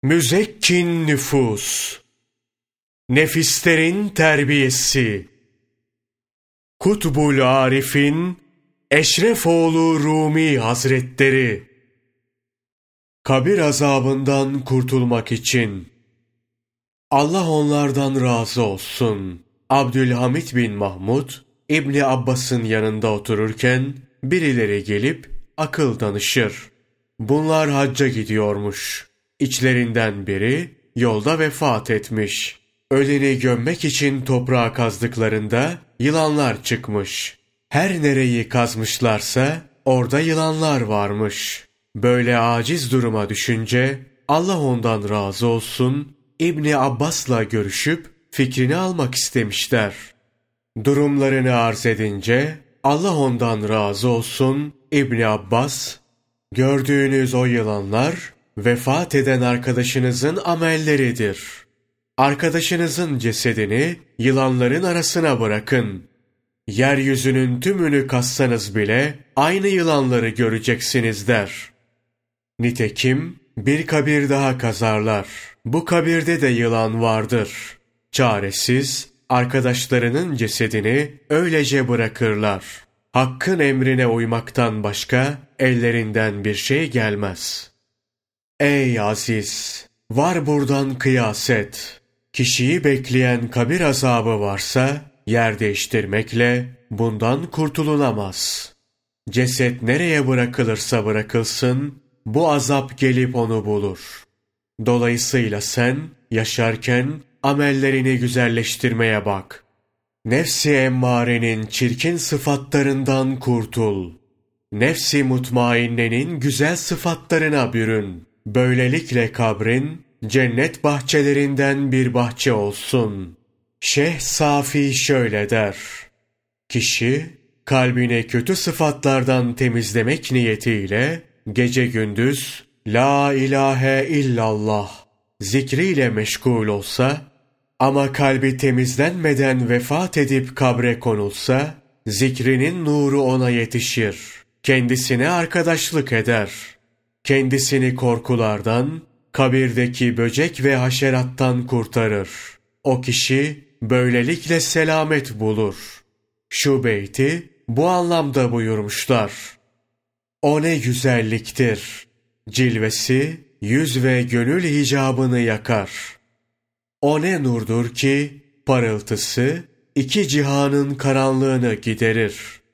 Müzekkin nüfus, nefislerin terbiyesi, Kutbul Arif'in Eşrefoğlu Rumi Hazretleri, kabir azabından kurtulmak için. Allah onlardan razı olsun. Abdülhamid bin Mahmud, İbni Abbas'ın yanında otururken birileri gelip akıl danışır. Bunlar hacca gidiyormuş. İçlerinden biri yolda vefat etmiş. Öleni gömmek için toprağa kazdıklarında yılanlar çıkmış. Her nereyi kazmışlarsa orada yılanlar varmış. Böyle aciz duruma düşünce Allah ondan razı olsun, İbni Abbas'la görüşüp fikrini almak istemişler. Durumlarını arz edince Allah ondan razı olsun, İbni Abbas, gördüğünüz o yılanlar vefat eden arkadaşınızın amelleridir. Arkadaşınızın cesedini yılanların arasına bırakın. Yeryüzünün tümünü kazsanız bile aynı yılanları göreceksiniz der. Nitekim bir kabir daha kazarlar. Bu kabirde de yılan vardır. Çaresiz arkadaşlarının cesedini öylece bırakırlar. Hakkın emrine uymaktan başka ellerinden bir şey gelmez. Ey aziz! Var buradan kıyaset. Kişiyi bekleyen kabir azabı varsa yer değiştirmekle bundan kurtululamaz. Ceset nereye bırakılırsa bırakılsın, bu azap gelip onu bulur. Dolayısıyla sen yaşarken amellerini güzelleştirmeye bak. Nefs-i emmarenin çirkin sıfatlarından kurtul. Nefs-i mutmainnenin güzel sıfatlarına bürün. Böylelikle kabrin cennet bahçelerinden bir bahçe olsun. Şeyh Safi şöyle der: kişi kalbine kötü sıfatlardan temizlemek niyetiyle gece gündüz La ilahe illallah zikriyle meşgul olsa ama kalbi temizlenmeden vefat edip kabre konulsa, zikrinin nuru ona yetişir. Kendisine arkadaşlık eder. Kendisini korkulardan, kabirdeki böcek ve haşerattan kurtarır. O kişi böylelikle selamet bulur. Şu beyti bu anlamda buyurmuşlar: O ne güzelliktir! Cilvesi, yüz ve gönül hicabını yakar. O ne nurdur ki, parıltısı, iki cihanın karanlığını giderir.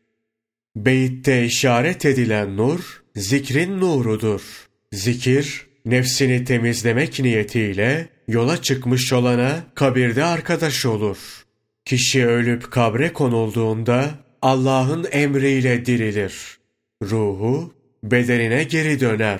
Beyitte işaret edilen nur, zikrin nurudur. Zikir, nefsini temizlemek niyetiyle yola çıkmış olana kabirde arkadaş olur. Kişi ölüp kabre konulduğunda Allah'ın emriyle dirilir. Ruhu bedenine geri döner.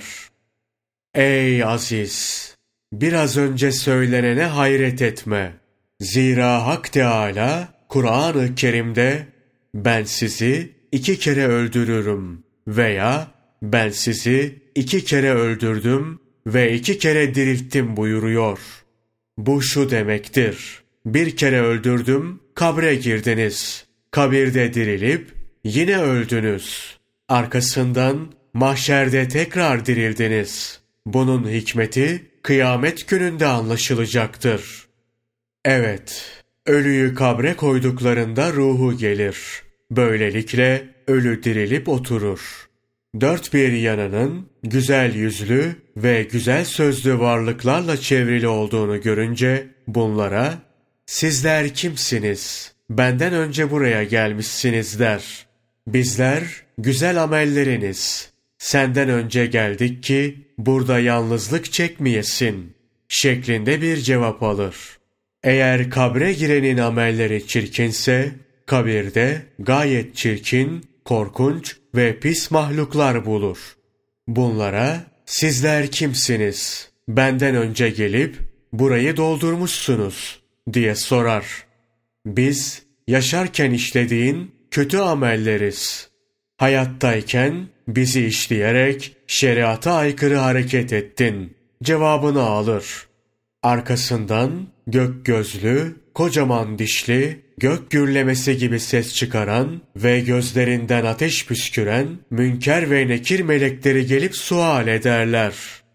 Ey aziz! Biraz önce söylenene hayret etme. Zira Hak Teâlâ Kur'an-ı Kerim'de ben sizi 2 kere öldürürüm veya ben sizi 2 kere öldürdüm ve 2 kere dirilttim buyuruyor. Bu şu demektir: 1 kere öldürdüm, kabre girdiniz. Kabirde dirilip yine öldünüz. Arkasından mahşerde tekrar dirildiniz. Bunun hikmeti kıyamet gününde anlaşılacaktır. Evet, ölüyü kabre koyduklarında ruhu gelir. Böylelikle ölü dirilip oturur. 4 bir yanının güzel yüzlü ve güzel sözlü varlıklarla çevrili olduğunu görünce bunlara "Sizler kimsiniz? Benden önce buraya gelmişsiniz" der. "Bizler güzel amelleriniz. Senden önce geldik ki burada yalnızlık çekmeyesin" şeklinde bir cevap alır. Eğer kabre girenin amelleri çirkinse, kabirde gayet çirkin, korkunç ve pis mahluklar bulur. Bunlara "Sizler kimsiniz? Benden önce gelip burayı doldurmuşsunuz" diye sorar. Biz yaşarken işlediğin kötü amelleriz. Hayattayken bizi işleyerek şeriata aykırı hareket ettin cevabını alır. Arkasından gök gözlü, kocaman dişli, gök gürlemesi gibi ses çıkaran ve gözlerinden ateş püsküren Münker ve Nekir melekleri gelip sual ederler.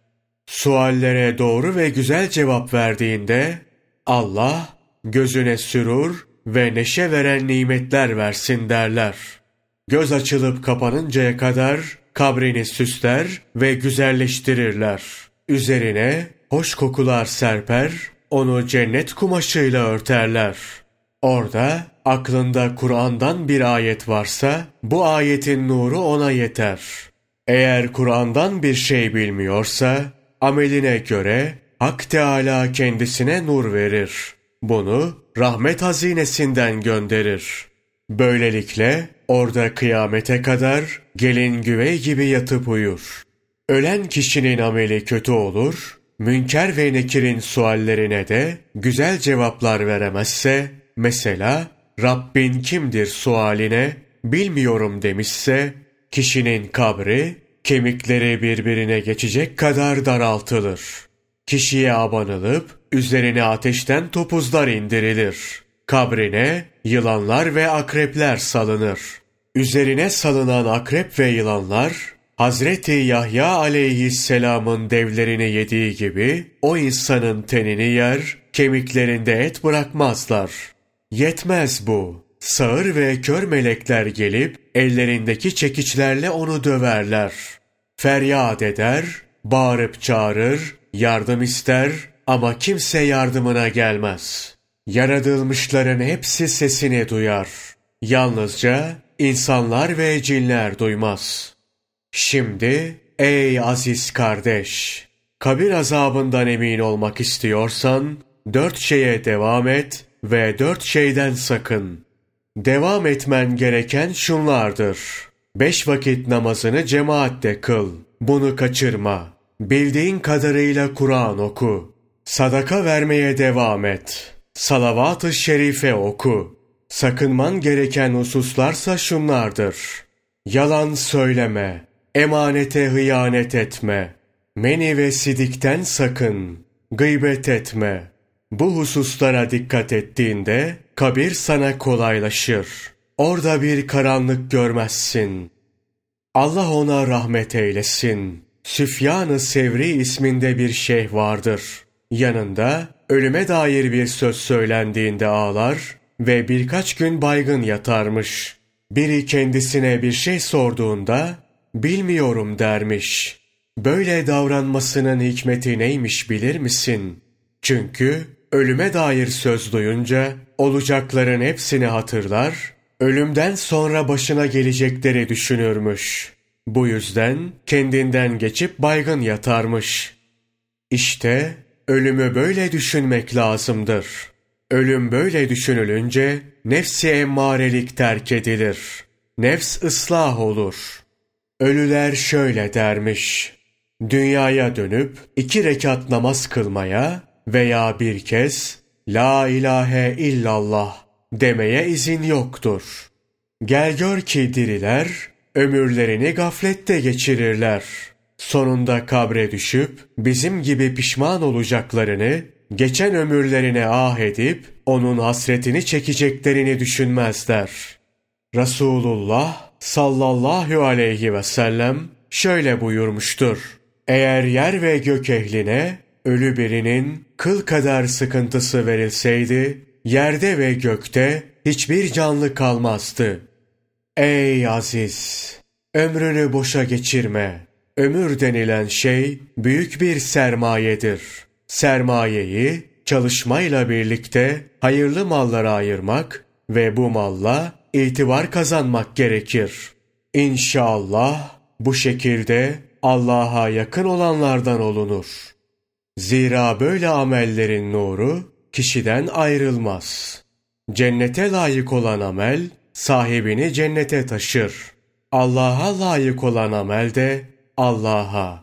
Suallere doğru ve güzel cevap verdiğinde Allah gözüne sürur ve neşe veren nimetler versin derler. Göz açılıp kapanıncaya kadar kabrini süsler ve güzelleştirirler. Üzerine hoş kokular serper, onu cennet kumaşıyla örterler. Orada aklında Kur'an'dan bir ayet varsa bu ayetin nuru ona yeter. Eğer Kur'an'dan bir şey bilmiyorsa ameline göre Hak Teâlâ kendisine nur verir. Bunu rahmet hazinesinden gönderir. Böylelikle orada kıyamete kadar gelin güvey gibi yatıp uyur. Ölen kişinin ameli kötü olur, Münker ve Nekir'in suallerine de güzel cevaplar veremezse, mesela Rabbin kimdir sualine bilmiyorum demişse, kişinin kabri kemikleri birbirine geçecek kadar daraltılır. Kişiye abanılıp üzerine ateşten topuzlar indirilir. Kabrine yılanlar ve akrepler salınır. Üzerine salınan akrep ve yılanlar, Hazreti Yahya aleyhisselamın devlerini yediği gibi o insanın tenini yer, kemiklerinde et bırakmazlar. Yetmez bu. Sağır ve kör melekler gelip ellerindeki çekiçlerle onu döverler. Feryat eder, bağırıp çağırır, yardım ister ama kimse yardımına gelmez. Yaratılmışların hepsi sesini duyar. Yalnızca insanlar ve cinler duymaz. Şimdi ey aziz kardeş, kabir azabından emin olmak istiyorsan 4 şeye devam et ve 4 şeyden sakın. Devam etmen gereken şunlardır. 5 vakit namazını cemaatle kıl. Bunu kaçırma. Bildiğin kadarıyla Kur'an oku. Sadaka vermeye devam et. Salavat-ı şerife oku. Sakınman gereken hususlarsa şunlardır. Yalan söyleme. Emanete hıyanet etme. Meni ve sidikten sakın. Gıybet etme. Bu hususlara dikkat ettiğinde kabir sana kolaylaşır. Orada bir karanlık görmezsin. Allah ona rahmet eylesin. Süfyan-ı Sevri isminde bir şeyh vardır. Yanında ölüme dair bir söz söylendiğinde ağlar ve birkaç gün baygın yatarmış. Biri kendisine bir şey sorduğunda bilmiyorum dermiş. Böyle davranmasının hikmeti neymiş bilir misin? Çünkü ölüme dair söz duyunca olacakların hepsini hatırlar, ölümden sonra başına gelecekleri düşünürmüş. Bu yüzden kendinden geçip baygın yatarmış. İşte ölümü böyle düşünmek lazımdır. Ölüm böyle düşünülünce nefsi emmarelik terk edilir. Nefs ıslah olur. Ölüler şöyle dermiş: dünyaya dönüp 2 rekat namaz kılmaya veya bir kez La ilahe illallah demeye izin yoktur. Gel gör ki diriler ömürlerini gaflette geçirirler. Sonunda kabre düşüp bizim gibi pişman olacaklarını, geçen ömürlerine ah edip onun hasretini çekeceklerini düşünmezler. Resulullah sallallahu aleyhi ve sellem şöyle buyurmuştur: eğer yer ve gök ehline ölü birinin kıl kadar sıkıntısı verilseydi, yerde ve gökte hiçbir canlı kalmazdı. Ey aziz! Ömrünü boşa geçirme. Ömür denilen şey büyük bir sermayedir. Sermayeyi çalışmayla birlikte hayırlı mallara ayırmak ve bu malla itibar kazanmak gerekir. İnşallah bu şekilde Allah'a yakın olanlardan olunur. Zira böyle amellerin nuru kişiden ayrılmaz. Cennete layık olan amel sahibini cennete taşır. Allah'a layık olan amel de Allah'a.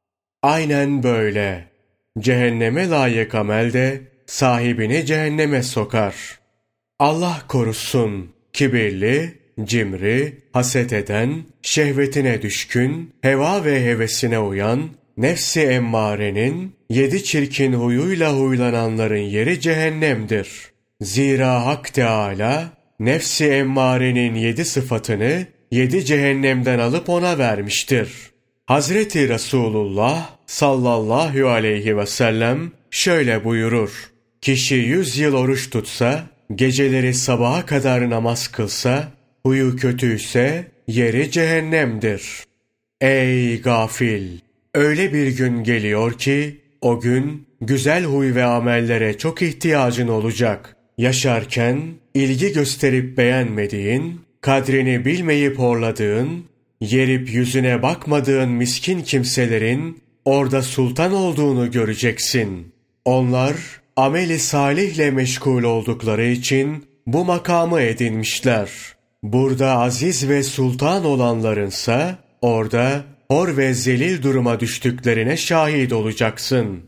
Aynen böyle. Cehenneme layık amel de sahibini cehenneme sokar. Allah korusun, kibirli, cimri, haset eden, şehvetine düşkün, heva ve hevesine uyan, nefsi emmarenin 7 çirkin huyuyla huylananların yeri cehennemdir. Zira Hak Teâlâ, nefsi emmarenin 7 sıfatını 7 cehennemden alıp ona vermiştir. Hazreti Resulullah sallallahu aleyhi ve sellem şöyle buyurur: Kişi 100 yıl oruç tutsa, geceleri sabaha kadar namaz kılsa, huyu kötüyse yeri cehennemdir. Ey gafil! Öyle bir gün geliyor ki, o gün güzel huy ve amellere çok ihtiyacın olacak. Yaşarken ilgi gösterip beğenmediğin, kadrini bilmeyip horladığın, yerip yüzüne bakmadığın miskin kimselerin orada sultan olduğunu göreceksin. Onlar ameli salihle meşgul oldukları için bu makamı edinmişler. Burada aziz ve sultan olanlarınsa orada hor ve zelil duruma düştüklerine şahit olacaksın.